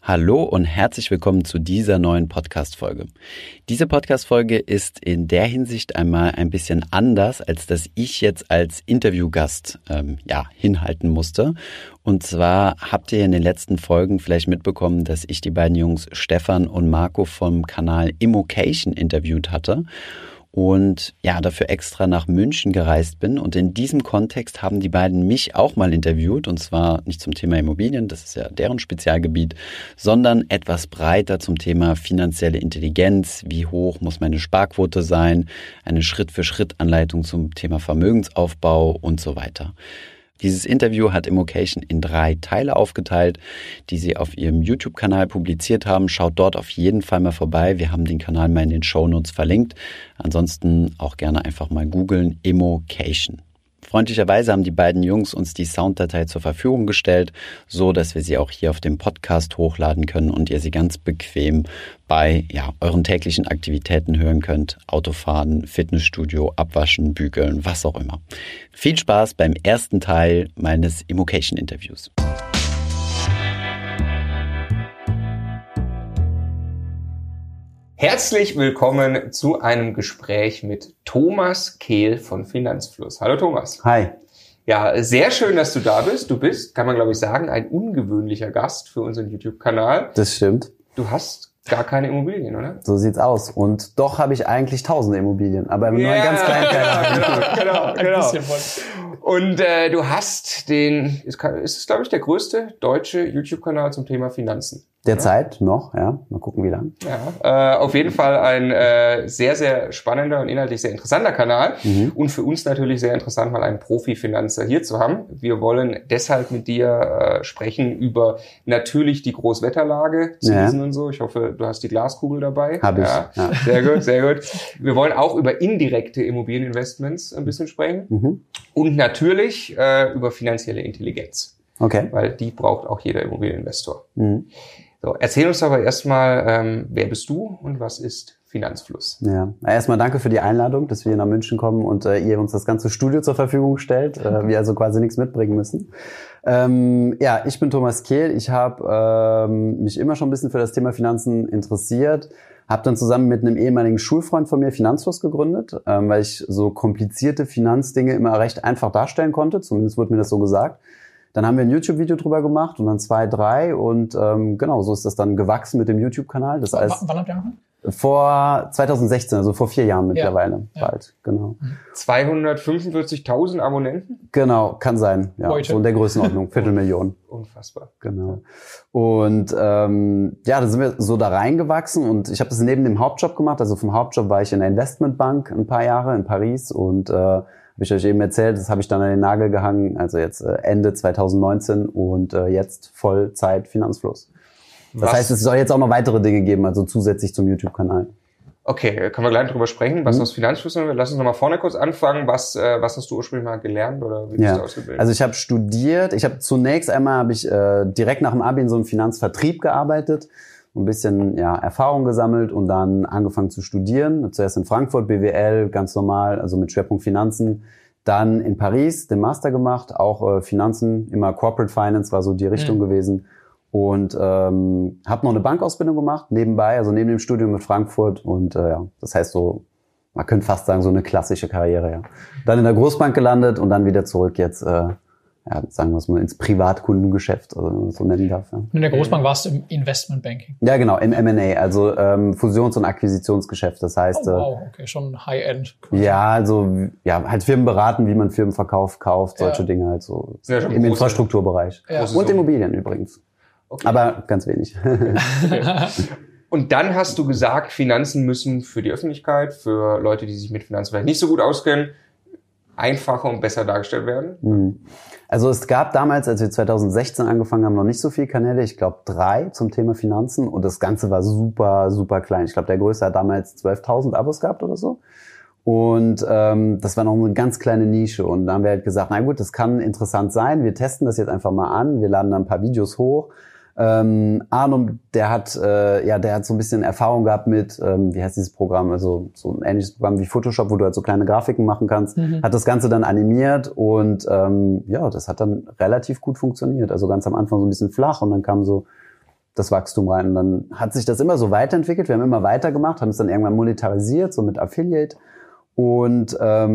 Hallo und herzlich willkommen zu dieser neuen Podcast-Folge. Diese Podcast-Folge ist in der Hinsicht einmal ein bisschen anders, als dass ich jetzt als Interviewgast hinhalten musste. Und zwar habt ihr in den letzten Folgen vielleicht mitbekommen, dass ich die beiden Jungs Stefan und Marco vom Kanal Immocation interviewt hatte. Und ja, dafür extra nach München gereist bin. Und in diesem Kontext haben die beiden mich auch mal interviewt. Und zwar nicht zum Thema Immobilien, das ist ja deren Spezialgebiet, sondern etwas breiter zum Thema finanzielle Intelligenz. Wie hoch muss meine Sparquote sein? Eine Schritt-für-Schritt-Anleitung zum Thema Vermögensaufbau und so weiter. Dieses Interview hat Immocation in 3 Teile aufgeteilt, die sie auf ihrem YouTube-Kanal publiziert haben. Schaut dort auf jeden Fall mal vorbei. Wir haben den Kanal mal in den Shownotes verlinkt. Ansonsten auch gerne einfach mal googeln, Immocation. Freundlicherweise haben die beiden Jungs uns die Sounddatei zur Verfügung gestellt, so dass wir sie auch hier auf dem Podcast hochladen können und ihr sie ganz bequem bei euren täglichen Aktivitäten hören könnt. Autofahren, Fitnessstudio, Abwaschen, Bügeln, was auch immer. Viel Spaß beim ersten Teil meines Immocation-Interviews. Herzlich willkommen zu einem Gespräch mit Thomas Kehl von Finanzfluss. Hallo Thomas. Hi. Ja, sehr schön, dass du da bist. Du bist, kann man glaube ich sagen, ein ungewöhnlicher Gast für unseren YouTube-Kanal. Das stimmt. Du hast gar keine Immobilien, oder? So sieht's aus. Und doch habe ich eigentlich tausende Immobilien, aber nur einen ganz kleinen Teil. Genau. Und du hast ist es glaube ich der größte deutsche YouTube-Kanal zum Thema Finanzen. Derzeit noch, ja. Mal gucken, wie lang. Ja, auf jeden Fall ein sehr, sehr spannender und inhaltlich sehr interessanter Kanal. Und für uns natürlich sehr interessant, mal einen Profi-Finanzer hier zu haben. Wir wollen deshalb mit dir sprechen über natürlich die Großwetterlage, Zinsen und so. Ich hoffe, du hast die Glaskugel dabei. Hab ich. Ja. Sehr gut, sehr gut. Wir wollen auch über indirekte Immobilieninvestments ein bisschen sprechen. Und natürlich über finanzielle Intelligenz. Okay. Weil die braucht auch jeder Immobilieninvestor. So, erzähl uns aber erstmal, wer bist du und was ist Finanzfluss? Ja, erstmal danke für die Einladung, dass wir nach München kommen und ihr uns das ganze Studio zur Verfügung stellt. Wir also quasi nichts mitbringen müssen. Ich bin Thomas Kehl. Ich habe mich immer schon ein bisschen für das Thema Finanzen interessiert. Habe dann zusammen mit einem ehemaligen Schulfreund von mir Finanzfluss gegründet, weil ich so komplizierte Finanzdinge immer recht einfach darstellen konnte. Zumindest wurde mir das so gesagt. Dann haben wir ein YouTube-Video drüber gemacht und dann 2, 3 und so ist das dann gewachsen mit dem YouTube-Kanal. Das heißt, wann habt ihr angefangen? Vor 2016, also vor 4 Jahren mittlerweile bald, genau. 245.000 Abonnenten? Genau, kann sein, ja, heute. So in der Größenordnung, Viertelmillion. Unfassbar. Genau. Und da sind wir so da reingewachsen und ich habe das neben dem Hauptjob gemacht. Also vom Hauptjob war ich in der Investmentbank ein paar Jahre in Paris und habe ich euch eben erzählt, das habe ich dann an den Nagel gehangen, also jetzt Ende 2019 und jetzt Vollzeit Finanzfluss. Das heißt, es soll jetzt auch noch weitere Dinge geben, also zusätzlich zum YouTube-Kanal. Okay, können wir gleich drüber sprechen, was das Finanzfluss ist. Lass uns nochmal vorne kurz anfangen. Was hast du ursprünglich mal gelernt oder wie bist du ausgebildet? Also ich habe studiert. Ich habe zunächst einmal direkt nach dem Abi in so einem Finanzvertrieb gearbeitet, ein bisschen Erfahrung gesammelt und dann angefangen zu studieren. Zuerst in Frankfurt BWL, ganz normal, also mit Schwerpunkt Finanzen. Dann in Paris den Master gemacht, auch Finanzen, immer Corporate Finance war so die Richtung gewesen. Und habe noch eine Bankausbildung gemacht nebenbei, also neben dem Studium mit Frankfurt. Und das heißt so, man könnte fast sagen, so eine klassische Karriere. Ja. Dann in der Großbank gelandet und dann wieder zurück jetzt sagen wir es mal, ins Privatkundengeschäft, also wenn man es so nennen darf. Ja. Und in der Großbank warst du im Investmentbanking? Ja, genau, im M&A, also Fusions- und Akquisitionsgeschäft. Das heißt, okay, schon High-End. Halt Firmen beraten, wie man Firmen kauft, solche Dinge halt so im Infrastrukturbereich. Ja. Und Immobilien übrigens. Okay. Aber ganz wenig. Okay. Und dann hast du gesagt, Finanzen müssen für die Öffentlichkeit, für Leute, die sich mit Finanzen vielleicht nicht so gut auskennen, einfacher und besser dargestellt werden? Also es gab damals, als wir 2016 angefangen haben, noch nicht so viele Kanäle. Ich glaube 3 zum Thema Finanzen und das Ganze war super, super klein. Ich glaube, der größte hat damals 12.000 Abos gehabt oder so. Und das war noch eine ganz kleine Nische. Und dann haben wir halt gesagt, na gut, das kann interessant sein. Wir testen das jetzt einfach mal an. Wir laden dann ein paar Videos hoch. Arno, der hat so ein bisschen Erfahrung gehabt mit, wie heißt dieses Programm, also so ein ähnliches Programm wie Photoshop, wo du halt so kleine Grafiken machen kannst, hat das Ganze dann animiert und das hat dann relativ gut funktioniert. Also ganz am Anfang so ein bisschen flach und dann kamen so das Wachstum rein. Und dann hat sich das immer so weiterentwickelt. Wir haben immer weitergemacht, haben es dann irgendwann monetarisiert, so mit Affiliate. Und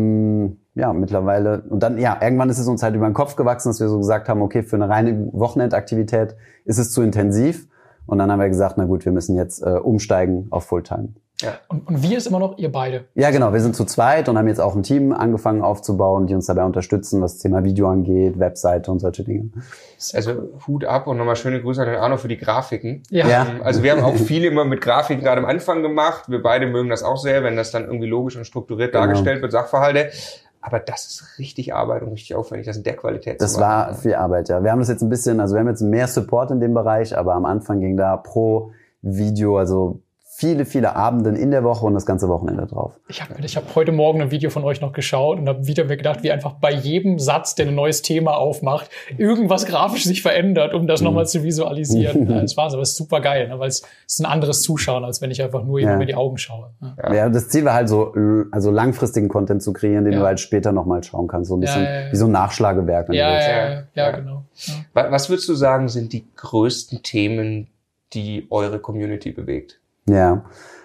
mittlerweile, und dann, irgendwann ist es uns halt über den Kopf gewachsen, dass wir so gesagt haben, okay, für eine reine Wochenendaktivität ist es zu intensiv. Und dann haben wir gesagt, na gut, wir müssen jetzt umsteigen auf Fulltime. Ja. Und wir ist immer noch ihr beide? Ja, genau. Wir sind zu zweit und haben jetzt auch ein Team angefangen aufzubauen, die uns dabei unterstützen, was das Thema Video angeht, Webseite und solche Dinge. Also Hut ab und nochmal schöne Grüße an den Arno für die Grafiken. Ja. Also wir haben auch viel immer mit Grafiken gerade am Anfang gemacht. Wir beide mögen das auch sehr, wenn das dann irgendwie logisch und strukturiert dargestellt wird, Sachverhalte. Aber das ist richtig Arbeit und richtig aufwendig, das in der Qualität zu machen. Das war viel Arbeit, ja. Wir haben das jetzt ein bisschen, also wir haben jetzt mehr Support in dem Bereich, aber am Anfang ging da pro Video, also viele Abenden in der Woche und das ganze Wochenende drauf. Ich hab heute Morgen ein Video von euch noch geschaut und habe wieder mir gedacht, wie einfach bei jedem Satz, der ein neues Thema aufmacht, irgendwas grafisch sich verändert, um das nochmal zu visualisieren. Das war's, aber es ist super geil, ne? Weil es ist ein anderes Zuschauen, als wenn ich einfach nur über die Augen schaue. Ja, das Ziel war halt so, also langfristigen Content zu kreieren, den du halt später nochmal schauen kannst. So ein bisschen wie so ein Nachschlagewerk. Ja, genau. Ja. Was würdest du sagen, sind die größten Themen, die eure Community bewegt? Ja,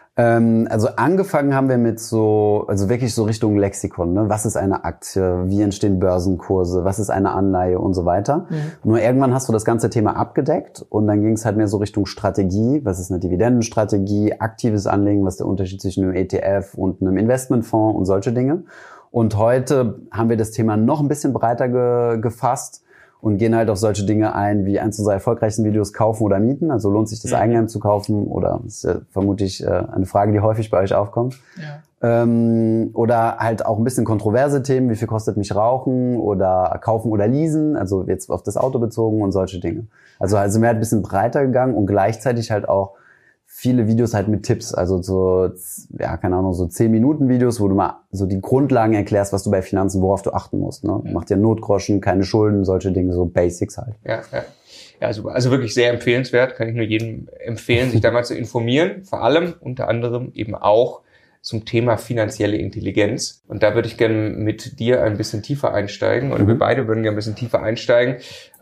also angefangen haben wir mit also wirklich so Richtung Lexikon, ne? Was ist eine Aktie, wie entstehen Börsenkurse, was ist eine Anleihe und so weiter. Nur irgendwann hast du das ganze Thema abgedeckt und dann ging es halt mehr so Richtung Strategie, was ist eine Dividendenstrategie, aktives Anlegen, was ist der Unterschied zwischen einem ETF und einem Investmentfonds und solche Dinge. Und heute haben wir das Thema noch ein bisschen breiter gefasst und gehen halt auf solche Dinge ein, wie eins unserer erfolgreichsten Videos kaufen oder mieten. Also lohnt sich das Eigenheim zu kaufen oder ist vermutlich eine Frage, die häufig bei euch aufkommt. Ja. Oder halt auch ein bisschen kontroverse Themen, wie viel kostet mich Rauchen oder kaufen oder leasen, also jetzt auf das Auto bezogen und solche Dinge. Also sind wir halt ein bisschen breiter gegangen und gleichzeitig halt auch viele Videos halt mit Tipps, also so, keine Ahnung, so 10-Minuten-Videos, wo du mal so die Grundlagen erklärst, was du bei Finanzen, worauf du achten musst, ne? Mach dir Notgroschen, keine Schulden, solche Dinge, so Basics halt. Ja, super. Also wirklich sehr empfehlenswert, kann ich nur jedem empfehlen, sich da mal zu informieren, vor allem, unter anderem eben auch zum Thema finanzielle Intelligenz. Und da würde ich gerne mit dir ein bisschen tiefer einsteigen, oder wir beide würden gerne ein bisschen tiefer einsteigen.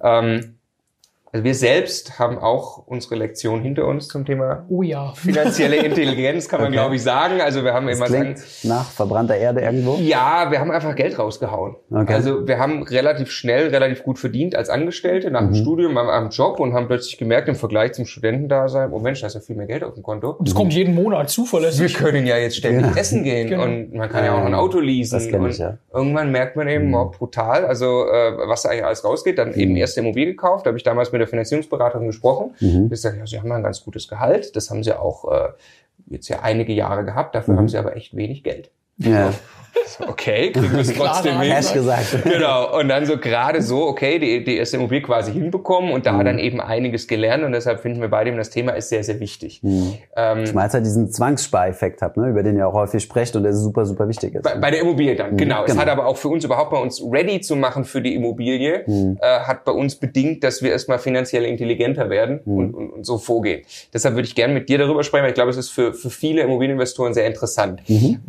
Also wir selbst haben auch unsere Lektion hinter uns zum Thema finanzielle Intelligenz, kann man glaube ich sagen. Also wir haben das klingt nach verbrannter Erde irgendwo? Ja, wir haben einfach Geld rausgehauen. Okay. Also wir haben relativ schnell, relativ gut verdient als Angestellte nach dem Studium, am Job und haben plötzlich gemerkt im Vergleich zum Studentendasein, oh Mensch, da ist ja viel mehr Geld auf dem Konto. Und es kommt jeden Monat zuverlässig. Wir können ja jetzt ständig essen gehen und man kann ja auch noch ein Auto leasen. Das kenn ich, ja. Irgendwann merkt man eben, brutal, also was da eigentlich alles rausgeht. Dann eben erste Immobilie gekauft, da habe ich damals mit der Finanzierungsberaterin gesprochen. Ich gesagt, ja, sie haben ein ganz gutes Gehalt. Das haben sie auch jetzt ja einige Jahre gehabt. Dafür haben sie aber echt wenig Geld. Ja. Okay, kriegen wir es trotzdem hin. Cash gesagt. Genau. Und dann so gerade so, okay, die erste Immobilie quasi hinbekommen und da dann eben einiges gelernt. Und deshalb finden wir beide, das Thema ist sehr, sehr wichtig. Schmalz halt diesen Zwangsspareffekt hat, ne, über den ihr auch häufig sprecht und der super, super wichtig ist. Bei der Immobilie dann, genau. Es hat aber auch für uns überhaupt mal uns ready zu machen für die Immobilie, hat bei uns bedingt, dass wir erstmal finanziell intelligenter werden und so vorgehen. Deshalb würde ich gerne mit dir darüber sprechen, weil ich glaube, es ist für viele Immobilieninvestoren sehr interessant.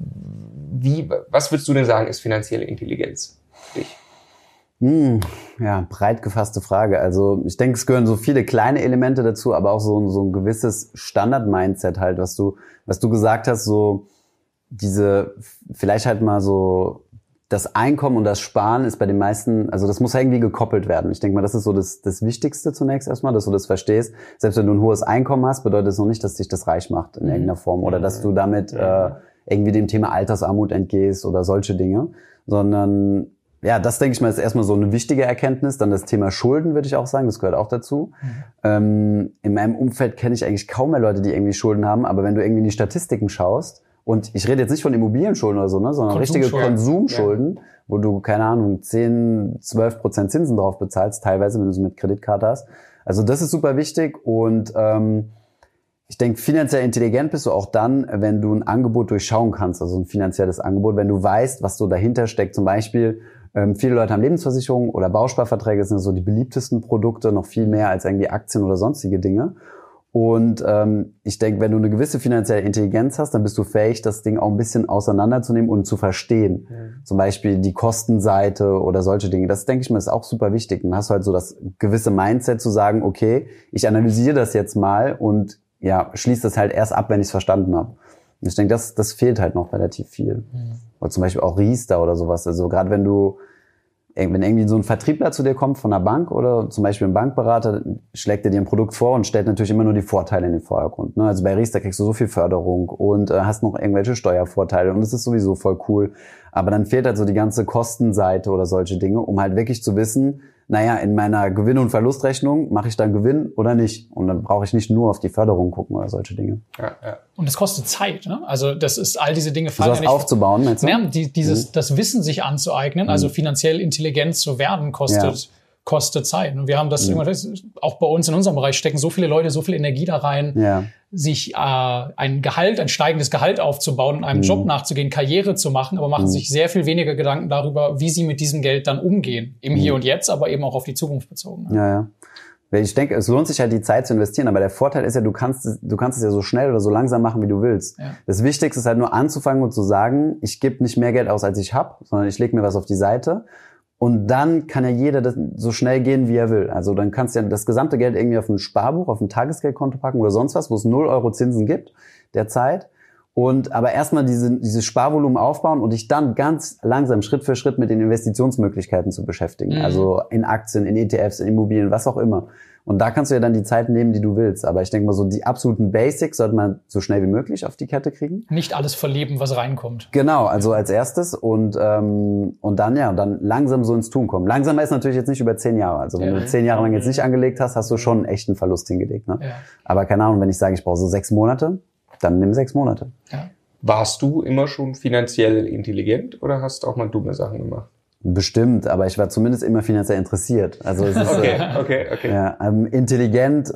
Was würdest du denn sagen, ist finanzielle Intelligenz für dich? Ja, breit gefasste Frage. Also ich denke, es gehören so viele kleine Elemente dazu, aber auch so ein gewisses Standard-Mindset halt, was du gesagt hast, so vielleicht halt mal so das Einkommen und das Sparen ist bei den meisten, also das muss irgendwie gekoppelt werden. Ich denke mal, das ist so das Wichtigste zunächst erstmal, dass du das verstehst. Selbst wenn du ein hohes Einkommen hast, bedeutet das noch nicht, dass dich das reich macht in irgendeiner Form oder dass du damit irgendwie dem Thema Altersarmut entgehst oder solche Dinge, sondern ja, das denke ich mal ist erstmal so eine wichtige Erkenntnis. Dann das Thema Schulden würde ich auch sagen, das gehört auch dazu. In meinem Umfeld kenne ich eigentlich kaum mehr Leute, die irgendwie Schulden haben, aber wenn du irgendwie in die Statistiken schaust, und ich rede jetzt nicht von Immobilienschulden oder so, ne, sondern richtige Konsumschulden, wo du, keine Ahnung, 10-12% Zinsen drauf bezahlst, teilweise, wenn du sie mit Kreditkarte hast. Also das ist super wichtig und ich denke, finanziell intelligent bist du auch dann, wenn du ein Angebot durchschauen kannst, also ein finanzielles Angebot, wenn du weißt, was so dahinter steckt. Zum Beispiel, viele Leute haben Lebensversicherungen oder Bausparverträge, das sind so die beliebtesten Produkte, noch viel mehr als irgendwie Aktien oder sonstige Dinge. Und ich denke, wenn du eine gewisse finanzielle Intelligenz hast, dann bist du fähig, das Ding auch ein bisschen auseinanderzunehmen und zu verstehen. Zum Beispiel die Kostenseite oder solche Dinge. Das, denke ich mir, ist auch super wichtig. Dann hast du halt so das gewisse Mindset zu sagen, okay, ich analysiere das jetzt mal und ja, schließe das halt erst ab, wenn ich es verstanden habe. Und ich denke, das fehlt halt noch relativ viel. Oder zum Beispiel auch Riester oder sowas. Also gerade wenn irgendwie so ein Vertriebler zu dir kommt von einer Bank oder zum Beispiel ein Bankberater, schlägt er dir ein Produkt vor und stellt natürlich immer nur die Vorteile in den Vordergrund. Ne? Also bei Riester kriegst du so viel Förderung und hast noch irgendwelche Steuervorteile und es ist sowieso voll cool. Aber dann fehlt halt so die ganze Kostenseite oder solche Dinge, um halt wirklich zu wissen, naja, in meiner Gewinn- und Verlustrechnung mache ich dann Gewinn oder nicht. Und dann brauche ich nicht nur auf die Förderung gucken oder solche Dinge. Ja. Und es kostet Zeit, ne? Also das ist all diese Dinge fallen sowas ja nicht aufzubauen, meinst du? Ja, das Wissen sich anzueignen, also finanziell intelligent zu werden, kostet Zeit. Und wir haben das auch bei uns in unserem Bereich stecken so viele Leute, so viel Energie da rein, sich ein steigendes Gehalt aufzubauen, in einem Job nachzugehen, Karriere zu machen, aber machen sich sehr viel weniger Gedanken darüber, wie sie mit diesem Geld dann umgehen. Im Hier und Jetzt, aber eben auch auf die Zukunft bezogen. Ne? Ja. Ich denke, es lohnt sich halt, die Zeit zu investieren, aber der Vorteil ist ja, du kannst es ja so schnell oder so langsam machen, wie du willst. Ja. Das Wichtigste ist halt nur anzufangen und zu sagen, ich gebe nicht mehr Geld aus, als ich habe, sondern ich lege mir was auf die Seite. Und dann kann ja jeder das so schnell gehen, wie er will. Also dann kannst du ja das gesamte Geld irgendwie auf ein Sparbuch, auf ein Tagesgeldkonto packen oder sonst was, wo es 0 Euro Zinsen gibt derzeit. Und aber erstmal dieses Sparvolumen aufbauen und dich dann ganz langsam Schritt für Schritt mit den Investitionsmöglichkeiten zu beschäftigen. Also in Aktien, in ETFs, in Immobilien, was auch immer. Und da kannst du ja dann die Zeit nehmen, die du willst. Aber ich denke mal, so die absoluten Basics sollte man so schnell wie möglich auf die Kette kriegen. Nicht alles verleben, was reinkommt. Genau, also als erstes und dann langsam so ins Tun kommen. Langsamer ist natürlich jetzt nicht über 10 Jahre. Also wenn du 10 Jahre lang jetzt nicht angelegt hast, hast du schon einen echten Verlust hingelegt. Ne? Ja. Aber keine Ahnung, wenn ich sage, ich brauche so 6 Monate, dann nimm 6 Monate. Ja. Warst du immer schon finanziell intelligent oder hast auch mal dumme Sachen gemacht? Bestimmt, aber ich war zumindest immer finanziell interessiert. Also es ist okay. Ja, intelligent.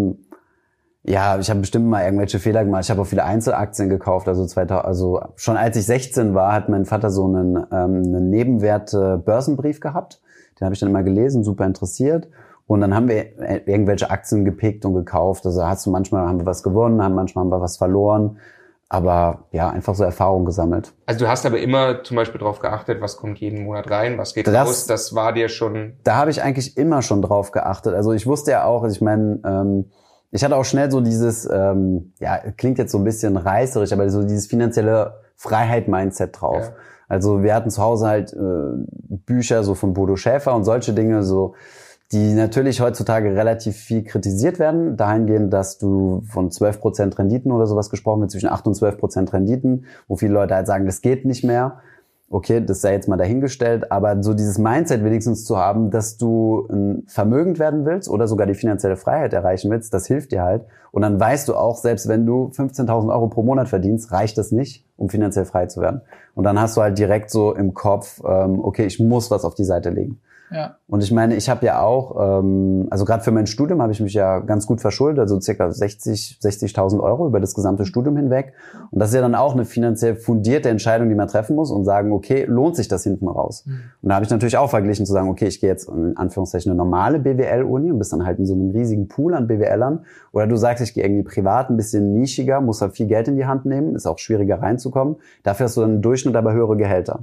Ich habe bestimmt mal irgendwelche Fehler gemacht. Ich habe auch viele Einzelaktien gekauft. Also schon als ich 16 war, hat mein Vater so einen Nebenwert-Börsenbrief gehabt. Den habe ich dann immer gelesen, super interessiert. Und dann haben wir irgendwelche Aktien gepickt und gekauft. Also manchmal haben wir was gewonnen, manchmal haben wir was verloren. Aber ja, einfach so Erfahrung gesammelt. Also du hast aber immer zum Beispiel drauf geachtet, was kommt jeden Monat rein, was geht raus, das war dir schon... Da habe ich eigentlich immer schon drauf geachtet. Also ich wusste ja auch, ich meine, ich hatte auch schnell so dieses, klingt jetzt so ein bisschen reißerisch, aber so dieses finanzielle Freiheit-Mindset drauf. Ja. Also wir hatten zu Hause halt Bücher so von Bodo Schäfer und solche Dinge so, die natürlich heutzutage relativ viel kritisiert werden, dahingehend, dass du von 12% Renditen oder sowas gesprochen wird, zwischen 8 und 12% Renditen, wo viele Leute halt sagen, das geht nicht mehr. Okay, das sei jetzt mal dahingestellt, aber so dieses Mindset wenigstens zu haben, dass du vermögend werden willst oder sogar die finanzielle Freiheit erreichen willst, das hilft dir halt. Und dann weißt du auch, selbst wenn du 15.000 Euro pro Monat verdienst, reicht das nicht, um finanziell frei zu werden. Und dann hast du halt direkt so im Kopf, okay, ich muss was auf die Seite legen. Ja. Und ich meine, ich habe ja auch, also gerade für mein Studium habe ich mich ja ganz gut verschuldet, also circa 60.000 Euro über das gesamte Studium hinweg. Und das ist ja dann auch eine finanziell fundierte Entscheidung, die man treffen muss und sagen, okay, lohnt sich das hinten raus? Und da habe ich natürlich auch verglichen zu sagen, okay, ich gehe jetzt in Anführungszeichen eine normale BWL-Uni und bist dann halt in so einem riesigen Pool an BWLern. Oder du sagst, ich gehe irgendwie privat, ein bisschen nischiger, muss halt viel Geld in die Hand nehmen, ist auch schwieriger reinzukommen. Dafür hast du dann im Durchschnitt aber höhere Gehälter.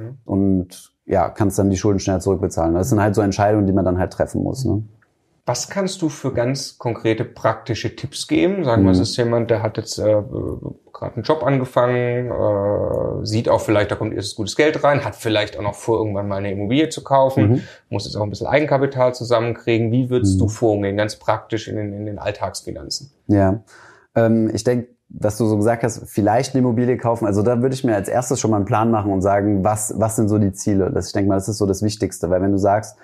Und ja, kannst dann die Schulden schnell zurückbezahlen. Das sind halt so Entscheidungen, die man dann halt treffen muss. Ne? Was kannst du für ganz konkrete praktische Tipps geben? Sagen wir, es ist jemand, der hat jetzt gerade einen Job angefangen, sieht auch vielleicht, da kommt erst gutes Geld rein, hat vielleicht auch noch vor, irgendwann mal eine Immobilie zu kaufen, muss jetzt auch ein bisschen Eigenkapital zusammenkriegen. Wie würdest du vorgehen, ganz praktisch in den Alltagsfinanzen? Ja, ich denke, was du so gesagt hast, vielleicht eine Immobilie kaufen. Also da würde ich mir als erstes schon mal einen Plan machen und sagen, was sind so die Ziele? Ich denke mal, das ist so das Wichtigste, weil wenn du sagst,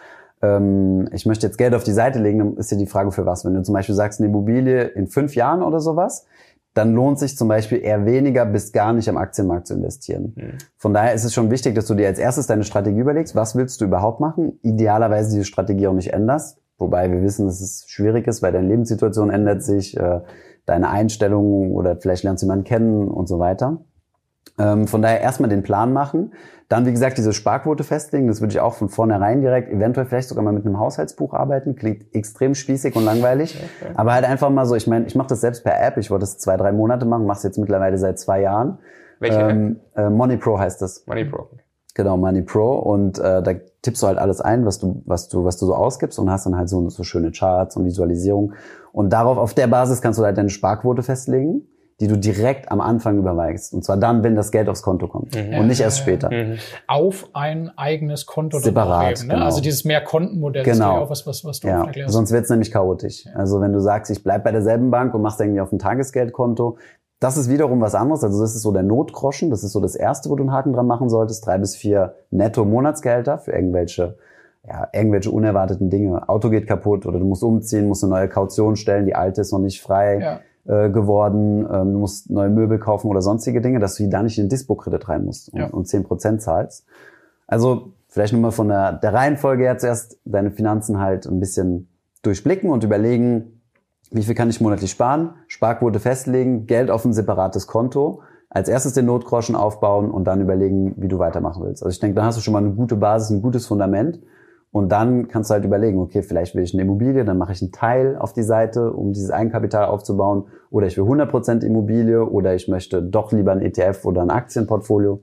ich möchte jetzt Geld auf die Seite legen, dann ist ja die Frage für was. Wenn du zum Beispiel sagst, eine Immobilie in 5 Jahren oder sowas, dann lohnt sich zum Beispiel eher weniger bis gar nicht am Aktienmarkt zu investieren. Von daher ist es schon wichtig, dass du dir als erstes deine Strategie überlegst, was willst du überhaupt machen? Idealerweise diese Strategie auch nicht änderst, wobei wir wissen, dass es schwierig ist, weil deine Lebenssituation ändert sich, deine Einstellung oder vielleicht lernst du jemanden kennen und so weiter. Von daher erstmal den Plan machen. Dann, wie gesagt, diese Sparquote festlegen. Das würde ich auch von vornherein direkt, eventuell vielleicht sogar mal mit einem Haushaltsbuch arbeiten. Klingt extrem spießig und langweilig. Okay. Aber halt einfach mal so, ich meine, ich mache das selbst per App. Ich wollte das 2-3 Monate machen, mache es jetzt mittlerweile seit 2 Jahren. Welche App? Money Pro heißt das. Money Pro. Genau, Money Pro. Und da tippst du halt alles ein, was du so ausgibst und hast dann halt so schöne Charts und Visualisierung. Und auf der Basis kannst du halt deine Sparquote festlegen, die du direkt am Anfang überweist. Und zwar dann, wenn das Geld aufs Konto kommt. Und nicht erst später. Auf ein eigenes Konto. Separat, eben, ne? genau. Also dieses Mehrkontenmodell genau. ist ja auch was du ja. erklärst. Sonst wird's nämlich chaotisch. Ja. Also wenn du sagst, ich bleib bei derselben Bank und machst irgendwie auf ein Tagesgeldkonto, das ist wiederum was anderes. Also das ist so der Notgroschen. Das ist so das Erste, wo du einen Haken dran machen solltest. 3 bis 4 Netto-Monatsgehälter für irgendwelche unerwarteten Dinge. Auto geht kaputt oder du musst umziehen, musst eine neue Kaution stellen, die alte ist noch nicht frei geworden, du musst neue Möbel kaufen oder sonstige Dinge, dass du da nicht in den Dispo-Kredit rein musst und 10% zahlst. Also vielleicht nur mal von der Reihenfolge her zuerst deine Finanzen halt ein bisschen durchblicken und überlegen, wie viel kann ich monatlich sparen, Sparquote festlegen, Geld auf ein separates Konto, als erstes den Notgroschen aufbauen und dann überlegen, wie du weitermachen willst. Also ich denke, dann hast du schon mal eine gute Basis, ein gutes Fundament. Und dann kannst du halt überlegen, okay, vielleicht will ich eine Immobilie, dann mache ich einen Teil auf die Seite, um dieses Eigenkapital aufzubauen. Oder ich will 100% Immobilie oder ich möchte doch lieber ein ETF oder ein Aktienportfolio.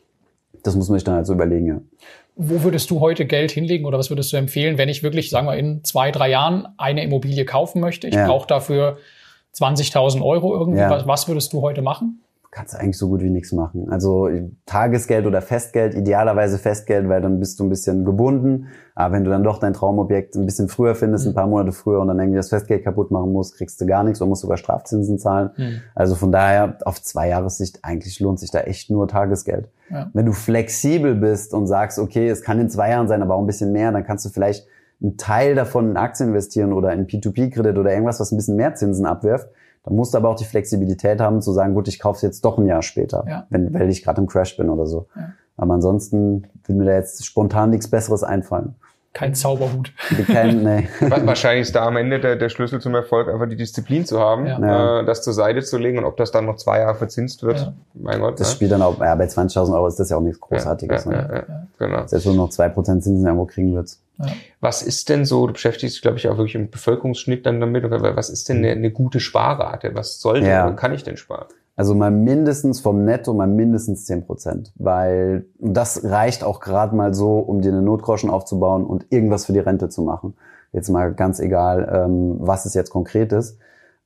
Das muss man sich dann halt so überlegen, ja. Wo würdest du heute Geld hinlegen oder was würdest du empfehlen, wenn ich wirklich, sagen wir, in 2-3 Jahren eine Immobilie kaufen möchte? Ich brauche dafür 20.000 Euro irgendwie. Ja. Was würdest du heute machen? Kannst du eigentlich so gut wie nichts machen. Also Tagesgeld oder Festgeld, idealerweise Festgeld, weil dann bist du ein bisschen gebunden. Aber wenn du dann doch dein Traumobjekt ein bisschen früher findest, ein paar Monate früher und dann irgendwie das Festgeld kaputt machen musst, kriegst du gar nichts oder musst sogar Strafzinsen zahlen. Also von daher, auf 2 Jahressicht, eigentlich lohnt sich da echt nur Tagesgeld. Ja. Wenn du flexibel bist und sagst, okay, es kann in 2 Jahren sein, aber auch ein bisschen mehr, dann kannst du vielleicht einen Teil davon in Aktien investieren oder in P2P-Kredit oder irgendwas, was ein bisschen mehr Zinsen abwirft. Da musst du aber auch die Flexibilität haben, zu sagen, gut, ich kaufe es jetzt doch ein Jahr später, weil ich gerade im Crash bin oder so. Ja. Aber ansonsten will mir da jetzt spontan nichts Besseres einfallen. Kein Zauberhut. Nee. Wahrscheinlich ist da am Ende der Schlüssel zum Erfolg, einfach die Disziplin zu haben, das zur Seite zu legen und ob das dann noch 2 Jahre verzinst wird. Mein Gott. Das spielt dann auch, bei 20.000 Euro ist das ja auch nichts Großartiges. Genau. Selbst wenn du noch 2% Zinsen irgendwo kriegen würdest. Ja. Was ist denn so, du beschäftigst dich, glaube ich, auch wirklich im Bevölkerungsschnitt dann damit, oder was ist denn eine gute Sparrate? Was sollte oder kann ich denn sparen? Also mal mindestens vom Netto mal mindestens 10%, weil das reicht auch gerade mal so, um dir eine Notgroschen aufzubauen und irgendwas für die Rente zu machen. Jetzt mal ganz egal, was es jetzt konkret ist.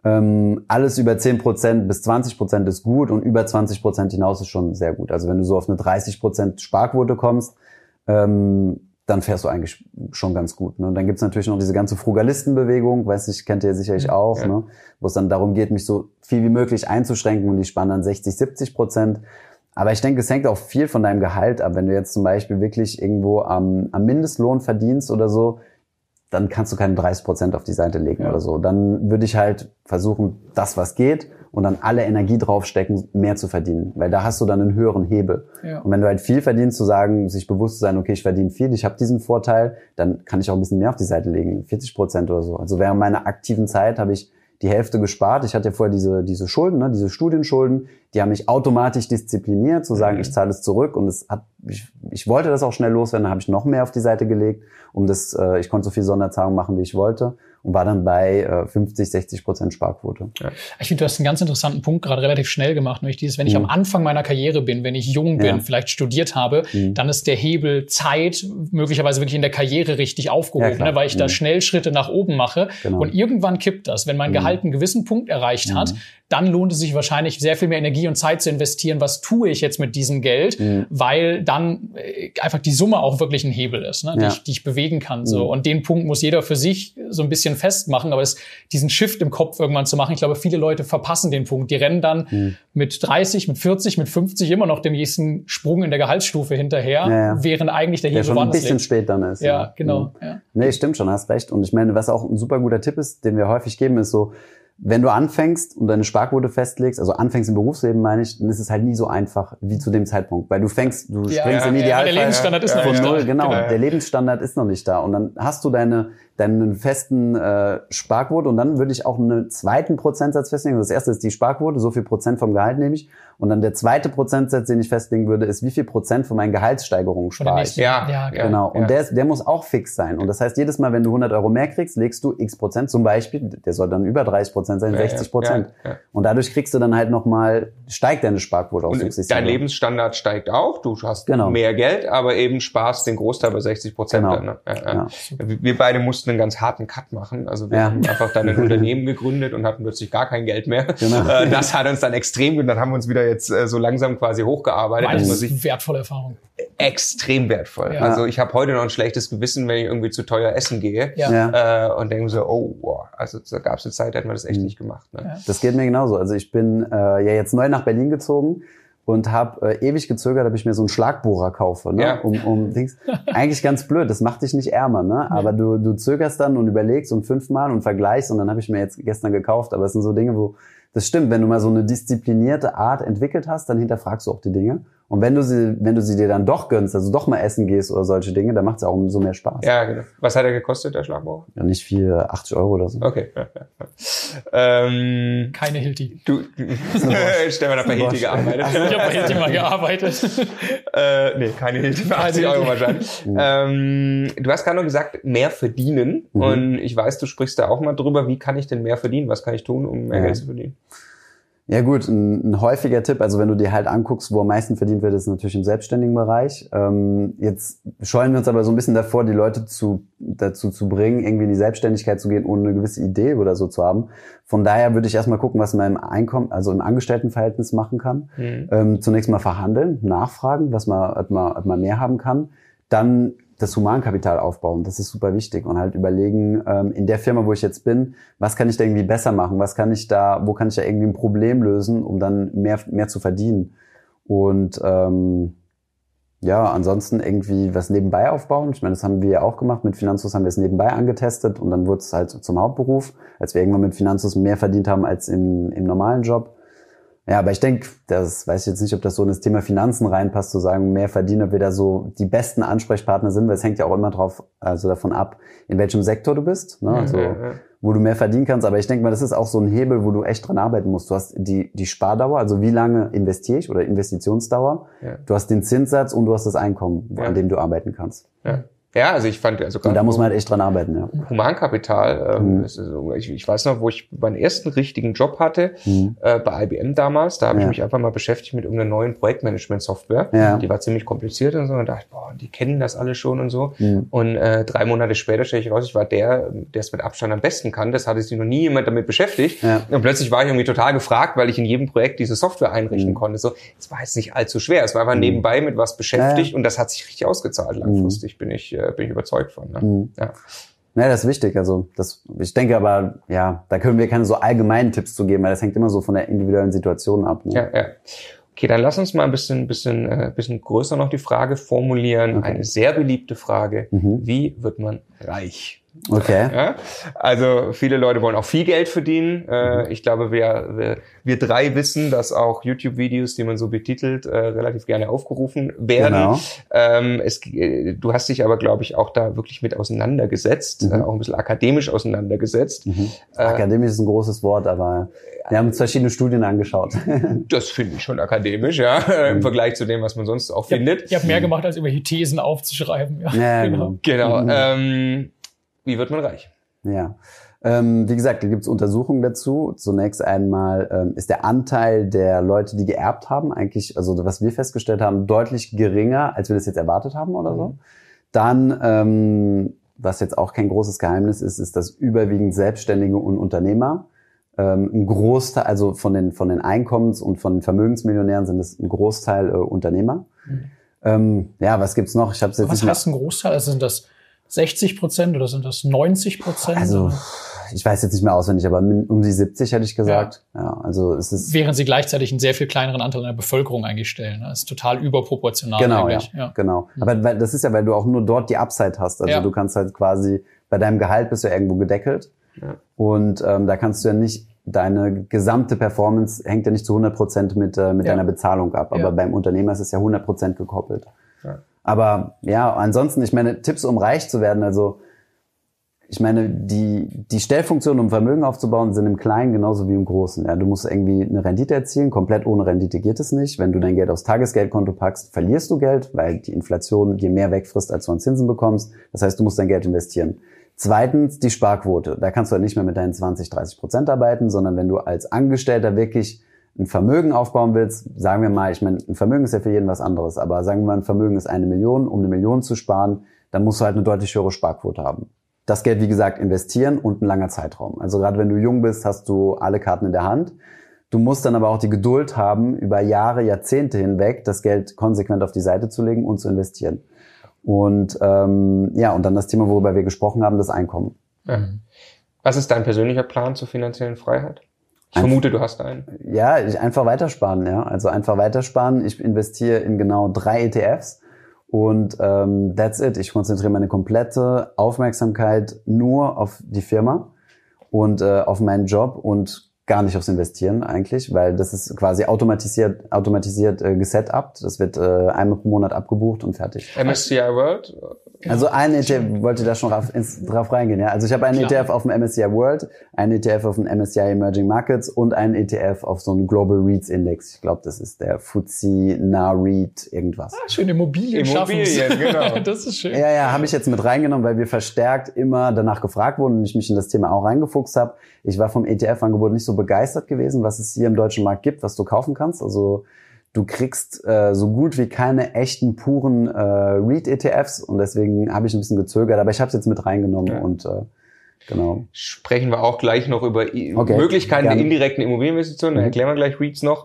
Alles über 10% bis 20% ist gut und über 20% hinaus ist schon sehr gut. Also wenn du so auf eine 30% Sparquote kommst, dann fährst du eigentlich schon ganz gut. Ne? Und dann gibt's natürlich noch diese ganze Frugalistenbewegung, weiß nicht, kennt ihr sicherlich auch, ne? Wo es dann darum geht, mich so viel wie möglich einzuschränken und die sparen dann 60-70%. Aber ich denke, es hängt auch viel von deinem Gehalt ab. Wenn du jetzt zum Beispiel wirklich irgendwo am Mindestlohn verdienst oder so, dann kannst du keine 30% auf die Seite legen oder so. Dann würde ich halt versuchen, das, was geht, und dann alle Energie draufstecken, mehr zu verdienen. Weil da hast du dann einen höheren Hebel. Ja. Und wenn du halt viel verdienst, zu sagen, sich bewusst zu sein, okay, ich verdiene viel, ich habe diesen Vorteil, dann kann ich auch ein bisschen mehr auf die Seite legen, 40% oder so. Also während meiner aktiven Zeit habe ich die Hälfte gespart. Ich hatte ja vorher diese Schulden, ne, diese Studienschulden, die haben mich automatisch diszipliniert, zu sagen, ich zahle es zurück. Und ich wollte das auch schnell loswerden, dann habe ich noch mehr auf die Seite gelegt, ich konnte so viel Sonderzahlung machen, wie ich wollte. Und war dann bei 50-60% Sparquote. Ja. Ich finde, du hast einen ganz interessanten Punkt gerade relativ schnell gemacht, nämlich dieses, wenn ich am Anfang meiner Karriere bin, wenn ich jung bin, vielleicht studiert habe, dann ist der Hebel Zeit möglicherweise wirklich in der Karriere richtig aufgehoben, ne, weil ich da schnell Schritte nach oben mache. Genau. Und irgendwann kippt das. Wenn mein Gehalt einen gewissen Punkt erreicht hat, dann lohnt es sich wahrscheinlich sehr viel mehr Energie und Zeit zu investieren. Was tue ich jetzt mit diesem Geld? Weil dann einfach die Summe auch wirklich ein Hebel ist, ne, die ich bewegen kann. So. Und den Punkt muss jeder für sich so ein bisschen festmachen, aber diesen Shift im Kopf irgendwann zu machen, ich glaube, viele Leute verpassen den Punkt. Die rennen dann mit 30, mit 40, mit 50 immer noch dem nächsten Sprung in der Gehaltsstufe hinterher, während eigentlich der Hebel schon ein bisschen spät dann ist. Ja, genau. Ja. Nee, stimmt schon, hast recht. Und ich meine, was auch ein super guter Tipp ist, den wir häufig geben, ist so, wenn du anfängst und deine Sparquote festlegst, also anfängst im Berufsleben, meine ich, dann ist es halt nie so einfach wie zu dem Zeitpunkt. Weil du springst im Idealfall der Lebensstandard ist noch von nicht null, da. genau, der Lebensstandard ist noch nicht da. Und dann hast du deinen festen Sparquote und dann würde ich auch einen zweiten Prozentsatz festlegen. Das erste ist die Sparquote, so viel Prozent vom Gehalt nehme ich. Und dann der zweite Prozentsatz, den ich festlegen würde, ist, wie viel Prozent von meinen Gehaltssteigerungen spare ich. Genau. Und der muss auch fix sein. Und das heißt, jedes Mal, wenn du 100 Euro mehr kriegst, legst du x Prozent, zum Beispiel, der soll dann über 30% sein, 60%. Ja. Und dadurch kriegst du dann halt nochmal, steigt deine Sparquote auch sukzessive. Dein Lebensstandard steigt auch, du hast mehr Geld, aber eben sparst den Großteil bei 60%. Genau. Dann, ne? Ja. Wir beide mussten einen ganz harten Cut machen. Also wir haben einfach dann ein Unternehmen gegründet und hatten plötzlich gar kein Geld mehr. Genau. Das hat uns dann extrem, und dann haben wir uns wieder jetzt so langsam quasi hochgearbeitet. Das ist eine wertvolle Erfahrung. Extrem wertvoll. Ja. Also ich habe heute noch ein schlechtes Gewissen, wenn ich irgendwie zu teuer essen gehe und denke so, oh, wow. Also da gab es eine Zeit, da hätten wir das echt nicht gemacht. Ne? Ja. Das geht mir genauso. Also ich bin jetzt neu nach Berlin gezogen und habe ewig gezögert, ob ich mir so einen Schlagbohrer kaufe. Ne? Ja. Um Dings. Eigentlich ganz blöd, das macht dich nicht ärmer, ne? Aber du zögerst dann und überlegst und 5-mal und vergleichst und dann habe ich mir jetzt gestern gekauft. Aber es sind so Dinge, wo das stimmt, wenn du mal so eine disziplinierte Art entwickelt hast, dann hinterfragst du auch die Dinge. Und wenn du sie dir dann doch gönnst, also doch mal essen gehst oder solche Dinge, dann macht es auch umso mehr Spaß. Ja, genau. Was hat er gekostet, der Schlagbohrer? Ja, nicht viel, 80 Euro oder so. Okay. Keine Hilti. Stefan hat bei Hilti gearbeitet. Ich habe bei Hilti mal gearbeitet. Nee, keine Hilti für 80 Euro wahrscheinlich. Du hast gerade noch gesagt, mehr verdienen. Und ich weiß, du sprichst da auch mal drüber. Wie kann ich denn mehr verdienen? Was kann ich tun, um mehr Geld zu verdienen? Ja gut, ein häufiger Tipp, also wenn du dir halt anguckst, wo am meisten verdient wird, ist natürlich im selbstständigen Bereich. Jetzt scheuen wir uns aber so ein bisschen davor, die Leute dazu zu bringen, irgendwie in die Selbstständigkeit zu gehen, ohne eine gewisse Idee oder so zu haben. Von daher würde ich erstmal gucken, was man im Einkommen, also im Angestelltenverhältnis machen kann. Zunächst mal verhandeln, nachfragen, ob man mehr haben kann. Dann das Humankapital aufbauen, das ist super wichtig und halt überlegen, in der Firma, wo ich jetzt bin, was kann ich da irgendwie besser machen, wo kann ich da irgendwie ein Problem lösen, um dann mehr zu verdienen und ansonsten irgendwie was nebenbei aufbauen. Ich meine, das haben wir ja auch gemacht, mit Finanzfluss haben wir es nebenbei angetestet und dann wurde es halt zum Hauptberuf, als wir irgendwann mit Finanzfluss mehr verdient haben als im normalen Job. Ja, aber ich denke, das weiß ich jetzt nicht, ob das so in das Thema Finanzen reinpasst, zu sagen, mehr verdienen, ob wir da so die besten Ansprechpartner sind, weil es hängt ja auch immer davon ab, in welchem Sektor du bist, ne? Also, wo du mehr verdienen kannst. Aber ich denke mal, das ist auch so ein Hebel, wo du echt dran arbeiten musst. Du hast die Spardauer, also wie lange investiere ich oder Investitionsdauer. Ja. Du hast den Zinssatz und du hast das Einkommen, an dem du arbeiten kannst. Ja. Ja, also ich fand, und da muss man halt echt dran arbeiten, ja. Humankapital, ich weiß noch, wo ich meinen ersten richtigen Job hatte, bei IBM damals, da habe ich mich einfach mal beschäftigt mit irgendeiner neuen Projektmanagement-Software. Ja. Die war ziemlich kompliziert und so, und dachte, die kennen das alle schon und so. Und 3 Monate später stelle ich raus, ich war der es mit Abstand am besten kann. Das hatte sich noch nie jemand damit beschäftigt. Ja. Und plötzlich war ich irgendwie total gefragt, weil ich in jedem Projekt diese Software einrichten konnte. So, es war jetzt nicht allzu schwer. Es war einfach nebenbei mit was beschäftigt und das hat sich richtig ausgezahlt langfristig, bin ich überzeugt von. Ne? Ja. Ja, das ist wichtig. Also ich denke aber, ja, da können wir keine so allgemeinen Tipps zu geben, weil das hängt immer so von der individuellen Situation ab. Ne? Ja. Okay, dann lass uns mal ein bisschen größer noch die Frage formulieren. Okay. Eine sehr beliebte Frage. Wie wird man reich? Okay. Ja? Also viele Leute wollen auch viel Geld verdienen. Ich glaube, wir 3 wissen, dass auch YouTube-Videos, die man so betitelt, relativ gerne aufgerufen werden. Genau. Du hast dich aber, glaube ich, auch da wirklich mit auseinandergesetzt, auch ein bisschen akademisch auseinandergesetzt. Akademisch ist ein großes Wort, aber wir haben uns verschiedene Studien angeschaut. Das finde ich schon akademisch, ja, im Vergleich zu dem, was man sonst auch findet. Ich habe mehr gemacht, als irgendwelche Thesen aufzuschreiben. Ja, genau. Wie wird man reich? Ja, wie gesagt, da gibt es Untersuchungen dazu. Zunächst einmal ist der Anteil der Leute, die geerbt haben, eigentlich, also was wir festgestellt haben, deutlich geringer, als wir das jetzt erwartet haben oder so. Dann, was jetzt auch kein großes Geheimnis ist, dass überwiegend Selbstständige und Unternehmer ein Großteil, also von den Einkommens- und von den Vermögensmillionären sind es ein Großteil Unternehmer. Was gibt's noch? Ich habe jetzt was heißt ein Großteil? Also sind das 60% oder sind das 90%? Also ich weiß jetzt nicht mehr auswendig, aber um die 70 hätte ich gesagt. Ja, also es ist, während sie gleichzeitig einen sehr viel kleineren Anteil der Bevölkerung eigentlich stellen. Das ist total überproportional. Genau, eigentlich. Genau. Aber das ist ja, weil du auch nur dort die Upside hast. Also du kannst halt quasi, bei deinem Gehalt bist du ja irgendwo gedeckelt. Ja. Und da kannst du ja nicht deine gesamte Performance hängt ja nicht zu 100% mit deiner Bezahlung ab. Aber beim Unternehmer ist es ja 100% gekoppelt. Ja. Aber ja, ansonsten, ich meine, Tipps, um reich zu werden, also ich meine, die Stellfunktionen, um Vermögen aufzubauen, sind im Kleinen genauso wie im Großen. Ja, du musst irgendwie eine Rendite erzielen. Komplett ohne Rendite geht es nicht. Wenn du dein Geld aufs Tagesgeldkonto packst, verlierst du Geld, weil die Inflation dir mehr wegfrisst, als du an Zinsen bekommst. Das heißt, du musst dein Geld investieren. Zweitens, die Sparquote. Da kannst du halt nicht mehr mit deinen 20-30% arbeiten, sondern wenn du als Angestellter wirklich ein Vermögen aufbauen willst, sagen wir mal, ich meine, ein Vermögen ist ja für jeden was anderes, aber sagen wir mal, ein Vermögen ist 1 Million. Um 1 Million zu sparen, dann musst du halt eine deutlich höhere Sparquote haben. Das Geld, wie gesagt, investieren und ein langer Zeitraum. Also gerade wenn du jung bist, hast du alle Karten in der Hand. Du musst dann aber auch die Geduld haben, über Jahre, Jahrzehnte hinweg das Geld konsequent auf die Seite zu legen und zu investieren. Und und dann das Thema, worüber wir gesprochen haben, das Einkommen. Ja. Was ist dein persönlicher Plan zur finanziellen Freiheit? Ich vermute, du hast einen. Ja, einfach weitersparen. Ja, also einfach weitersparen. Ich investiere in genau 3 ETFs. Und that's it. Ich konzentriere meine komplette Aufmerksamkeit nur auf die Firma und auf meinen Job und gar nicht aufs Investieren eigentlich, weil das ist quasi automatisiert gesetupt. Das wird einmal pro Monat abgebucht und fertig. MSCI World? Also ein ETF, wollte da schon drauf reingehen, ja. Also ich habe einen ETF auf dem MSCI World, einen ETF auf dem MSCI Emerging Markets und einen ETF auf so einem Global REITs Index. Ich glaube, das ist der FTSE NAREIT irgendwas. Schön Immobilien, genau. Das ist schön. Ja, habe ich jetzt mit reingenommen, weil wir verstärkt immer danach gefragt wurden und ich mich in das Thema auch reingefuchst habe. Ich war vom ETF-Angebot nicht so begeistert gewesen, was es hier im deutschen Markt gibt, was du kaufen kannst. Also du kriegst so gut wie keine echten, puren REIT-ETFs und deswegen habe ich ein bisschen gezögert, aber ich habe es jetzt mit reingenommen und genau. Sprechen wir auch gleich noch über Möglichkeiten der indirekten Immobilieninvestitionen, dann erklären wir gleich REITs noch.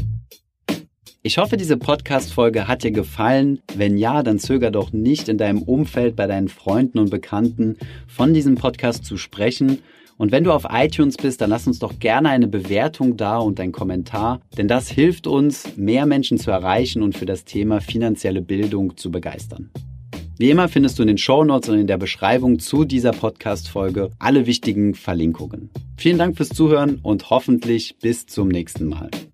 Ich hoffe, diese Podcast-Folge hat dir gefallen. Wenn ja, dann zöger doch nicht, in deinem Umfeld, bei deinen Freunden und Bekannten von diesem Podcast zu sprechen. Und wenn du auf iTunes bist, dann lass uns doch gerne eine Bewertung da und einen Kommentar, denn das hilft uns, mehr Menschen zu erreichen und für das Thema finanzielle Bildung zu begeistern. Wie immer findest du in den Shownotes und in der Beschreibung zu dieser Podcast-Folge alle wichtigen Verlinkungen. Vielen Dank fürs Zuhören und hoffentlich bis zum nächsten Mal.